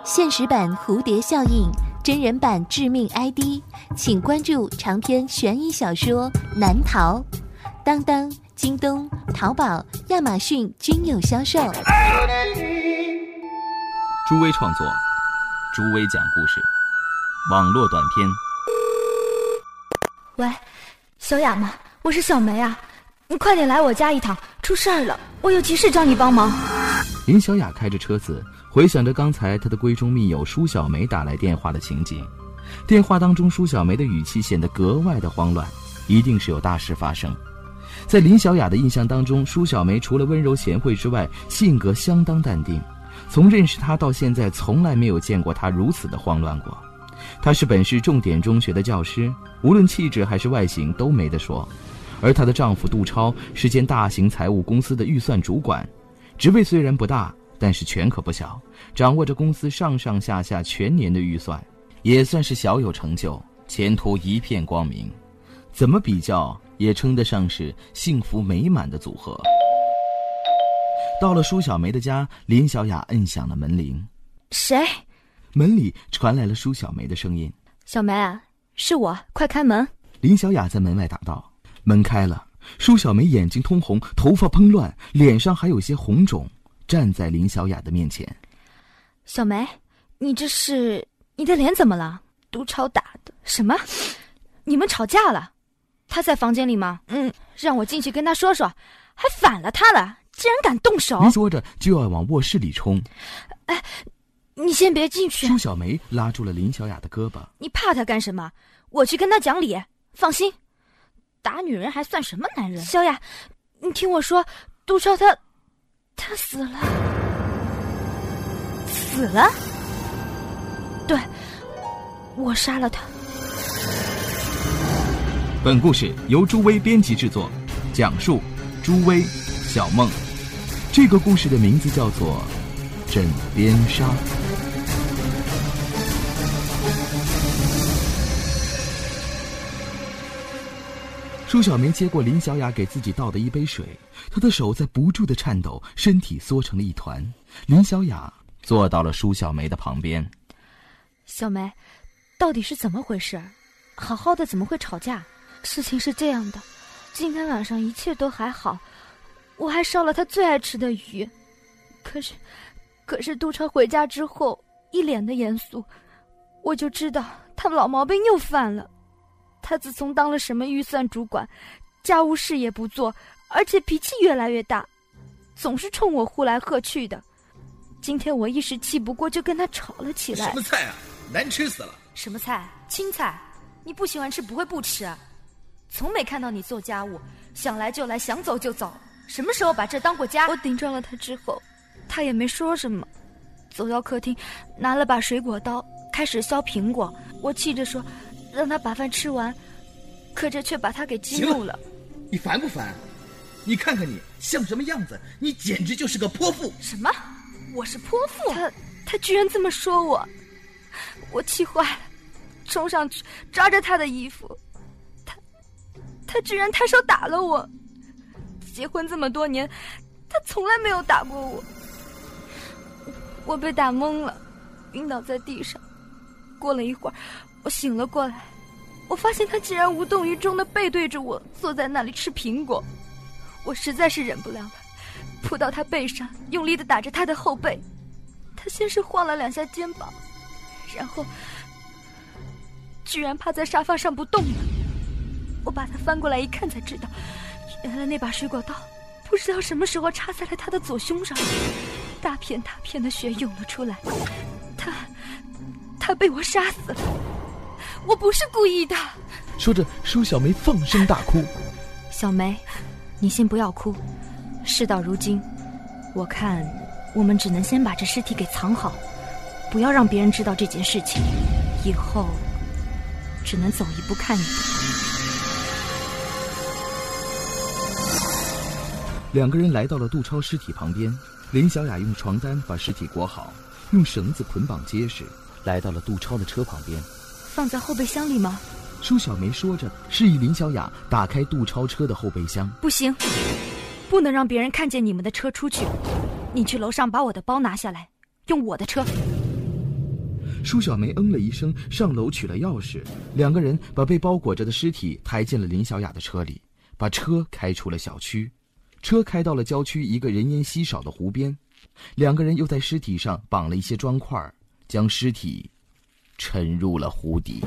现实版蝴蝶效应，真人版致命 ID， 请关注长篇悬疑小说《难逃》，当当、京东、淘宝、亚马逊均有销售。 朱威创作，朱威讲故事，网络短篇。 喂，小雅吗？我是小梅啊，你快点来我家一趟，出事儿了，我有急事找你帮忙。 林小雅开着车子，回想着刚才她的闺中密友舒小梅打来电话的情景。电话当中舒小梅的语气显得格外的慌乱，一定是有大事发生。在林小雅的印象当中，舒小梅除了温柔贤惠之外，性格相当淡定，从认识她到现在从来没有见过她如此的慌乱过。她是本市重点中学的教师，无论气质还是外形都没得说。而她的丈夫杜超是间大型财务公司的预算主管，职位虽然不大，但是权可不小，掌握着公司上上下下全年的预算，也算是小有成就，前途一片光明。怎么比较也称得上是幸福美满的组合。到了舒小梅的家，林小雅摁响了门铃。 谁？ 门里传来了舒小梅的声音。 小梅啊，是我，快开门。 林小雅在门外答道。门开了，舒小梅眼睛通红，头发蓬乱，脸上还有些红肿，站在林小雅的面前。 小梅，你的脸怎么了？杜超打的。什么？你们吵架了？他在房间里吗？让我进去跟他说说，还反了他了，竟然敢动手。 你说着就要往卧室里冲。 哎，你先别进去。 舒小梅拉住了林小雅的胳膊。 你怕他干什么？我去跟他讲理，放心。打女人还算什么男人？小雅，你听我说，杜超他死了。死了？对，我杀了他。 本故事由朱威编辑制作，讲述朱威、小梦。这个故事的名字叫做《枕边杀》。舒小梅接过林小雅给自己倒的一杯水，她的手在不住地颤抖，身体缩成了一团。林小雅坐到了舒小梅的旁边。 小梅，到底是怎么回事？好好的怎么会吵架？事情是这样的，今天晚上一切都还好，我还烧了他最爱吃的鱼。可是杜超回家之后一脸的严肃，我就知道他老毛病又犯了。他自从当了什么预算主管，家务事也不做，而且脾气越来越大，总是冲我呼来喝去的。今天我一时气不过，就跟他吵了起来。 什么菜啊，难吃死了。 什么菜？青菜。你不喜欢吃不会不吃，从没看到你做家务，想来就来，想走就走，什么时候把这当过家？我顶撞了他之后，他也没说什么，走到客厅拿了把水果刀开始削苹果。我气着说让他把饭吃完，可这却把他给激怒了。 你烦不烦？你看看你像什么样子，你简直就是个泼妇。 什么？我是泼妇？他居然这么说我气坏了，冲上去抓着他的衣服，他居然抬手打了我。结婚这么多年，他从来没有打过我。我被打懵了，晕倒在地上。过了一会儿，我醒了过来，我发现他竟然无动于衷地背对着我坐在那里吃苹果。我实在是忍不了了，扑到他背上，用力地打着他的后背。他先是晃了2下肩膀，然后居然趴在沙发上不动了。我把他翻过来一看，才知道原来那把水果刀不知道什么时候插在了他的左胸上，大片大片的血涌了出来。他被我杀死了，我不是故意的。 说着，舒小梅放声大哭。 小梅，你先不要哭，事到如今，我看我们只能先把这尸体给藏好，不要让别人知道这件事情，以后只能走一步看一步。 两个人来到了杜超尸体旁边，林小雅用床单把尸体裹好，用绳子捆绑结实，来到了杜超的车旁边。 放在后备箱里吗？ 舒小梅说着，示意林小雅打开杜超车的后备箱。 不行，不能让别人看见你们的车出去。你去楼上把我的包拿下来，用我的车。 舒小梅嗯了一声，上楼取了钥匙，两个人把被包裹着的尸体抬进了林小雅的车里，把车开出了小区。车开到了郊区一个人烟稀少的湖边，两个人又在尸体上绑了一些砖块，将尸体沉入了湖底。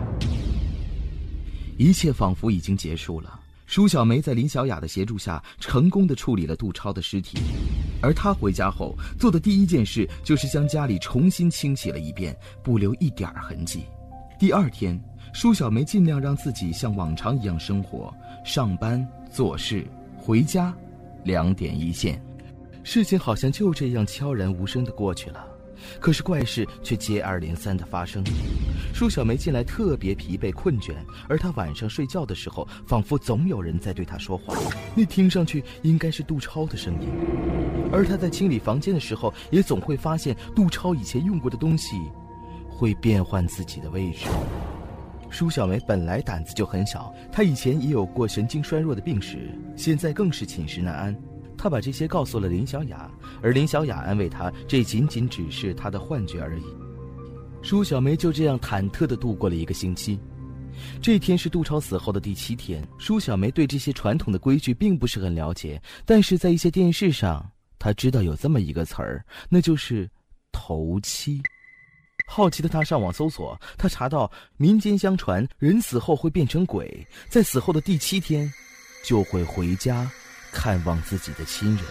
一切仿佛已经结束了。舒小梅在林小雅的协助下成功地处理了杜超的尸体，而她回家后做的第一件事就是将家里重新清洗了一遍，不留一点痕迹。第二天，舒小梅尽量让自己像往常一样生活，上班做事回家，2点一线。事情好像就这样悄然无声地过去了，可是怪事却接二连三地发生。舒小梅近来特别疲惫困倦，而她晚上睡觉的时候仿佛总有人在对她说话，那听上去应该是杜超的声音。而她在清理房间的时候也总会发现杜超以前用过的东西会变换自己的位置。舒小梅本来胆子就很小，她以前也有过神经衰弱的病史，现在更是寝食难安。她把这些告诉了林小雅，而林小雅安慰她，这仅仅只是她的幻觉而已。舒小梅就这样忐忑地度过了1个星期。这天是杜超死后的第7天，舒小梅对这些传统的规矩并不是很了解，但是在一些电视上，她知道有这么一个词儿，那就是头七。好奇的她上网搜索，她查到民间相传人死后会变成鬼，在死后的第7天就会回家看望自己的亲人。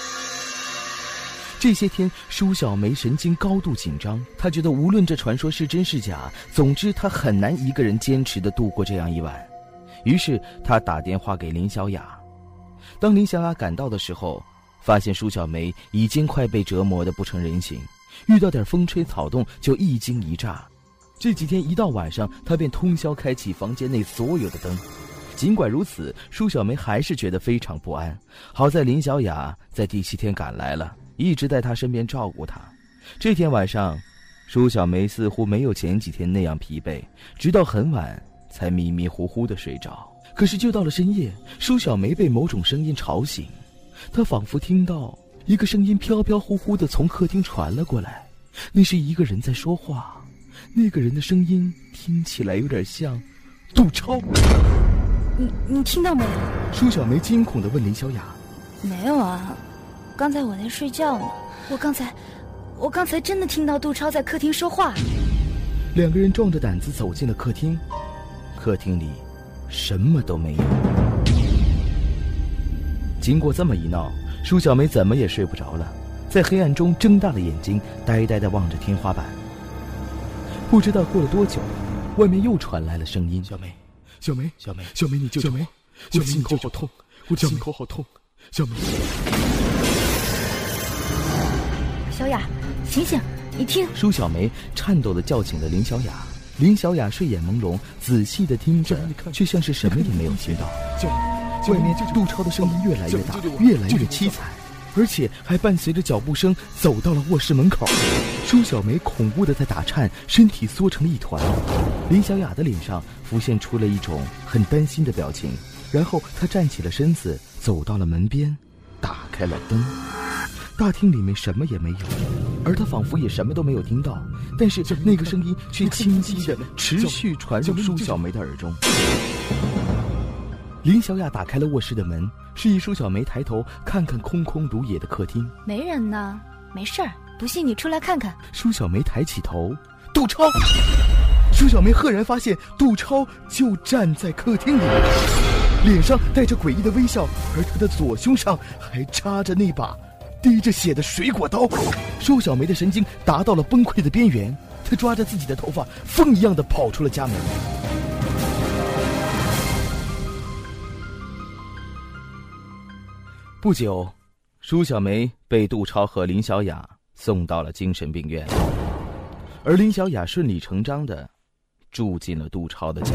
这些天，舒小梅神经高度紧张，她觉得无论这传说是真是假，总之她很难一个人坚持地度过这样一晚。于是她打电话给林小雅。当林小雅赶到的时候，发现舒小梅已经快被折磨得不成人形，遇到点风吹草动就一惊一乍。这几天一到晚上，她便通宵开启房间内所有的灯。尽管如此，舒小梅还是觉得非常不安。好在林小雅在第7天赶来了，一直在她身边照顾她。这天晚上，舒小梅似乎没有前几天那样疲惫，直到很晚才迷迷糊糊地睡着。可是就到了深夜，舒小梅被某种声音吵醒，她仿佛听到一个声音飘飘忽忽地从客厅传了过来，那是一个人在说话，那个人的声音听起来有点像杜超。 你听到没有？ 舒小梅惊恐地问林小雅。 没有啊，刚才我在睡觉呢。我刚才真的听到杜超在客厅说话。 两个人壮着胆子走进了客厅，客厅里什么都没有。经过这么一闹，舒小梅怎么也睡不着了，在黑暗中睁大了眼睛，呆呆地望着天花板。不知道过了多久，外面又传来了声音。小梅，你救救我！我的心口好痛，我的心口好痛。小梅， 小雅，醒醒，你听！舒小梅颤抖地叫醒了林小雅。林小雅睡眼朦胧，仔细地听着，却像是什么也没有听到。外面杜超的声音越来越大，越来越凄惨，而且还伴随着脚步声走到了卧室门口。舒小梅恐怖地在打颤，身体缩成了一团。林小雅的脸上浮现出了一种很担心的表情，然后她站起了身子，走到了门边，打开了灯。大厅里面什么也没有，而她仿佛也什么都没有听到，但是那个声音却清晰地持续传入舒小梅的耳中。林小雅打开了卧室的门，示意舒小梅抬头看看空空如也的客厅。 没人呢，没事儿，不信你出来看看。 舒小梅抬起头，杜超！舒小梅赫然发现杜超就站在客厅里，脸上带着诡异的微笑，而他的左胸上还插着那把滴着血的水果刀。舒小梅的神经达到了崩溃的边缘，她抓着自己的头发，风一样的跑出了家门。不久，舒小梅被杜超和林小雅送到了精神病院，而林小雅顺理成章地住进了杜超的家。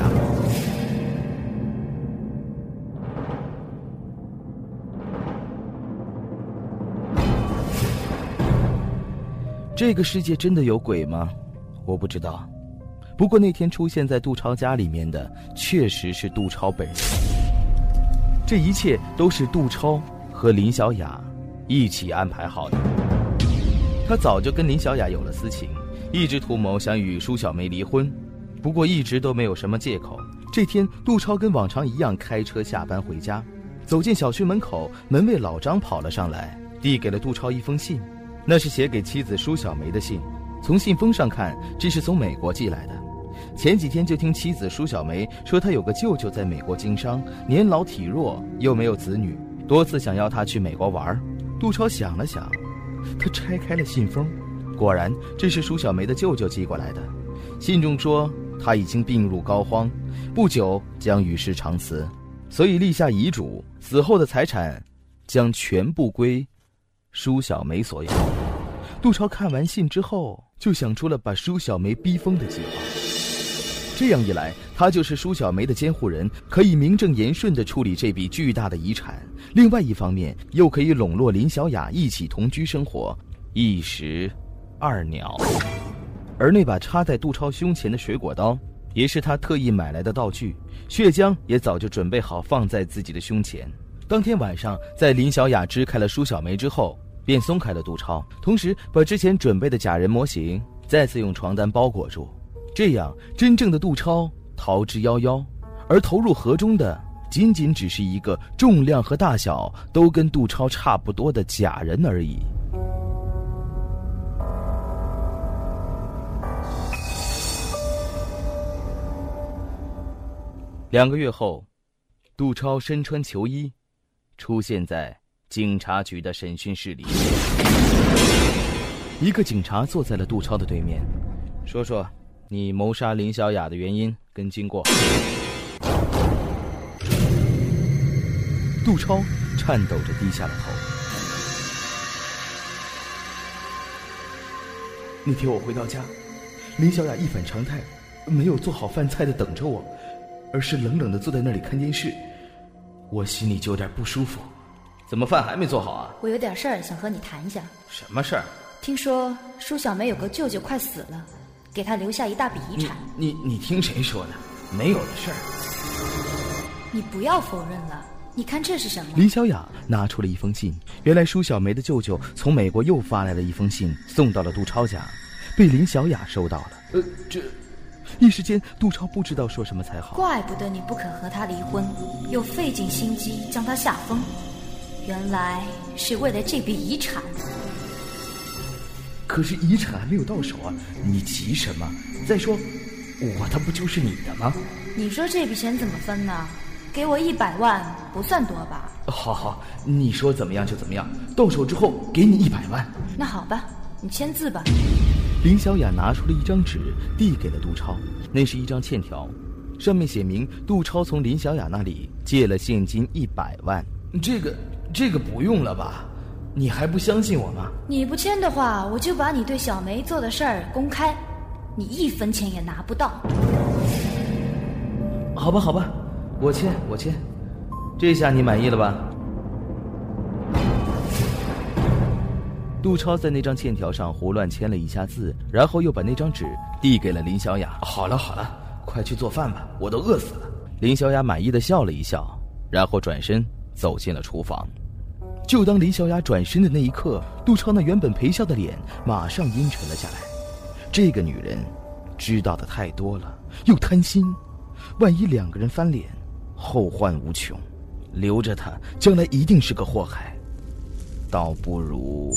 这个世界真的有鬼吗？我不知道。不过那天出现在杜超家里面的确实是杜超本人。这一切都是杜超和林小雅一起安排好的。他早就跟林小雅有了私情， 一直图谋想与舒小梅离婚，不过一直都没有什么借口。这天，杜超跟往常一样开车下班回家，走进小区门口，门卫老张跑了上来，递给了杜超一封信，那是写给妻子舒小梅的信。从信封上看，这是从美国寄来的。前几天就听妻子舒小梅说，她有个舅舅在美国经商，年老体弱，又没有子女，多次想要她去美国玩。杜超想了想，他拆开了信封，果然这是舒小梅的舅舅寄过来的。信中说他已经病入膏肓，不久将与世长辞，所以立下遗嘱，死后的财产将全部归舒小梅所有。杜超看完信之后，就想出了把舒小梅逼疯的计划。这样一来，他就是舒小梅的监护人，可以名正言顺地处理这笔巨大的遗产。另外一方面，又可以笼络林小雅一起同居生活，一石二鸟。而那把插在杜超胸前的水果刀，也是他特意买来的道具，血浆也早就准备好放在自己的胸前。当天晚上，在林小雅支开了舒小梅之后，便松开了杜超，同时把之前准备的假人模型再次用床单包裹住。这样，真正的杜超逃之夭夭，而投入河中的仅仅只是一个重量和大小都跟杜超差不多的假人而已。2个月后，杜超身穿囚衣，出现在警察局的审讯室里。一个警察坐在了杜超的对面，说说你谋杀林小雅的原因跟经过。杜超颤抖着低下了头。 那天我回到家，林小雅一反常态，没有做好饭菜的等着我，而是冷冷的坐在那里看电视，我心里就有点不舒服。 怎么饭还没做好啊？ 我有点事儿想和你谈一下。 什么事儿？ 听说舒小梅有个舅舅快死了，给他留下一大笔遗产。 你听谁说的？没有的事儿。 你不要否认了，你看这是什么？ 林小雅拿出了一封信，原来舒小梅的舅舅从美国又发来了一封信，送到了杜超家，被林小雅收到了。一时间杜超不知道说什么才好。 怪不得你不肯和他离婚，又费尽心机将他下封，原来是为了这笔遗产。 可是遗产还没有到手啊，你急什么？再说我的不就是你的吗？ 你说这笔钱怎么分呢？给我100万不算多吧？ 好，你说怎么样就怎么样，到手之后给你100万。 那好吧，你签字吧。 林小雅拿出了一张纸递给了杜超，那是一张欠条，上面写明杜超从林小雅那里借了现金100万。 这个不用了吧？你还不相信我吗？ 你不签的话，我就把你对小梅做的事儿公开，你1分钱也拿不到。 好吧，我签，这下你满意了吧？杜超在那张欠条上胡乱签了一下字，然后又把那张纸递给了林小雅。 好了，快去做饭吧，我都饿死了。 林小雅满意的笑了一笑，然后转身走进了厨房。就当林小雅转身的那一刻，杜超那原本陪笑的脸马上阴沉了下来。这个女人知道的太多了，又贪心，万一2个人翻脸，后患无穷，留着她将来一定是个祸害，倒不如……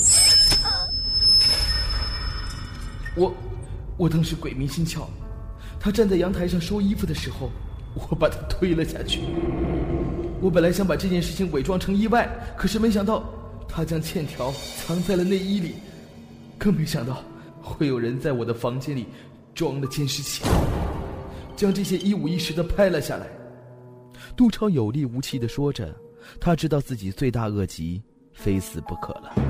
我当时鬼迷心窍，他站在阳台上收衣服的时候，我把他推了下去。我本来想把这件事情伪装成意外，可是没想到他将欠条藏在了内衣里，更没想到会有人在我的房间里装了监视器，将这些一五一十的拍了下来。 杜超有力无气地说着，他知道自己罪大恶极，非死不可了。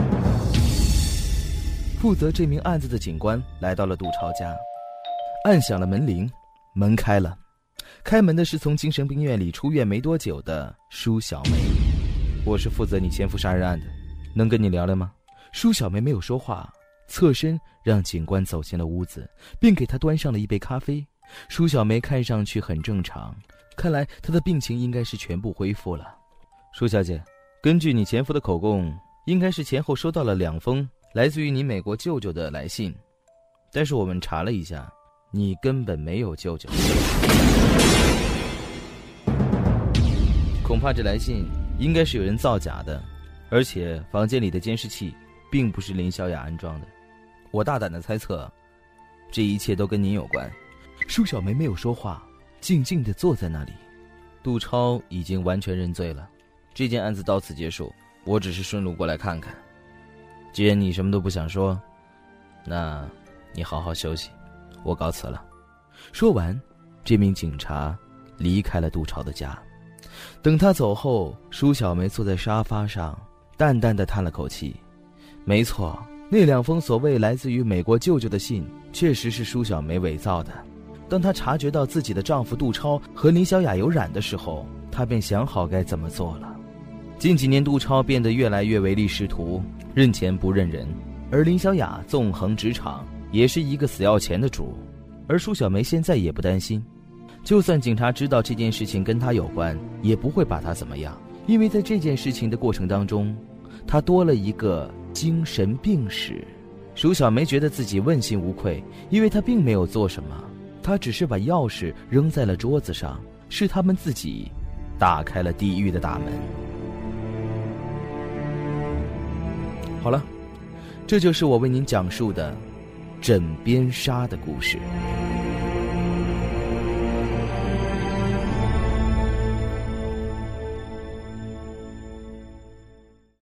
负责这名案子的警官来到了杜超家，按响了门铃，门开了。开门的是从精神病院里出院没多久的舒小梅。我是负责你前夫杀人案的，能跟你聊聊吗？舒小梅没有说话，侧身让警官走进了屋子，并给她端上了一杯咖啡。舒小梅看上去很正常，看来她的病情应该是全部恢复了。舒小姐，根据你前夫的口供，应该是前后收到了2封来自于你美国舅舅的来信， 但是我们查了一下，你根本没有舅舅。恐怕这来信应该是有人造假的，而且房间里的监视器并不是林小雅安装的。我大胆的猜测，这一切都跟您有关。舒小梅没有说话，静静地坐在那里。杜超已经完全认罪了，这件案子到此结束，我只是顺路过来看看。既然你什么都不想说，那你好好休息，我告辞了。说完，这名警察离开了杜超的家。等他走后，舒小梅坐在沙发上，淡淡地叹了口气。没错，那2封所谓来自于美国舅舅的信，确实是舒小梅伪造的。当她察觉到自己的丈夫杜超和林小雅有染的时候，她便想好该怎么做了。近几年，杜超变得越来越唯利是图，认钱不认人，而林小雅纵横职场，也是一个死要钱的主。而舒小梅现在也不担心，就算警察知道这件事情跟她有关，也不会把她怎么样，因为在这件事情的过程当中，她多了一个精神病史。舒小梅觉得自己问心无愧，因为她并没有做什么，她只是把钥匙扔在了桌子上，是他们自己打开了地狱的大门。好了，这就是我为您讲述的枕边杀的故事。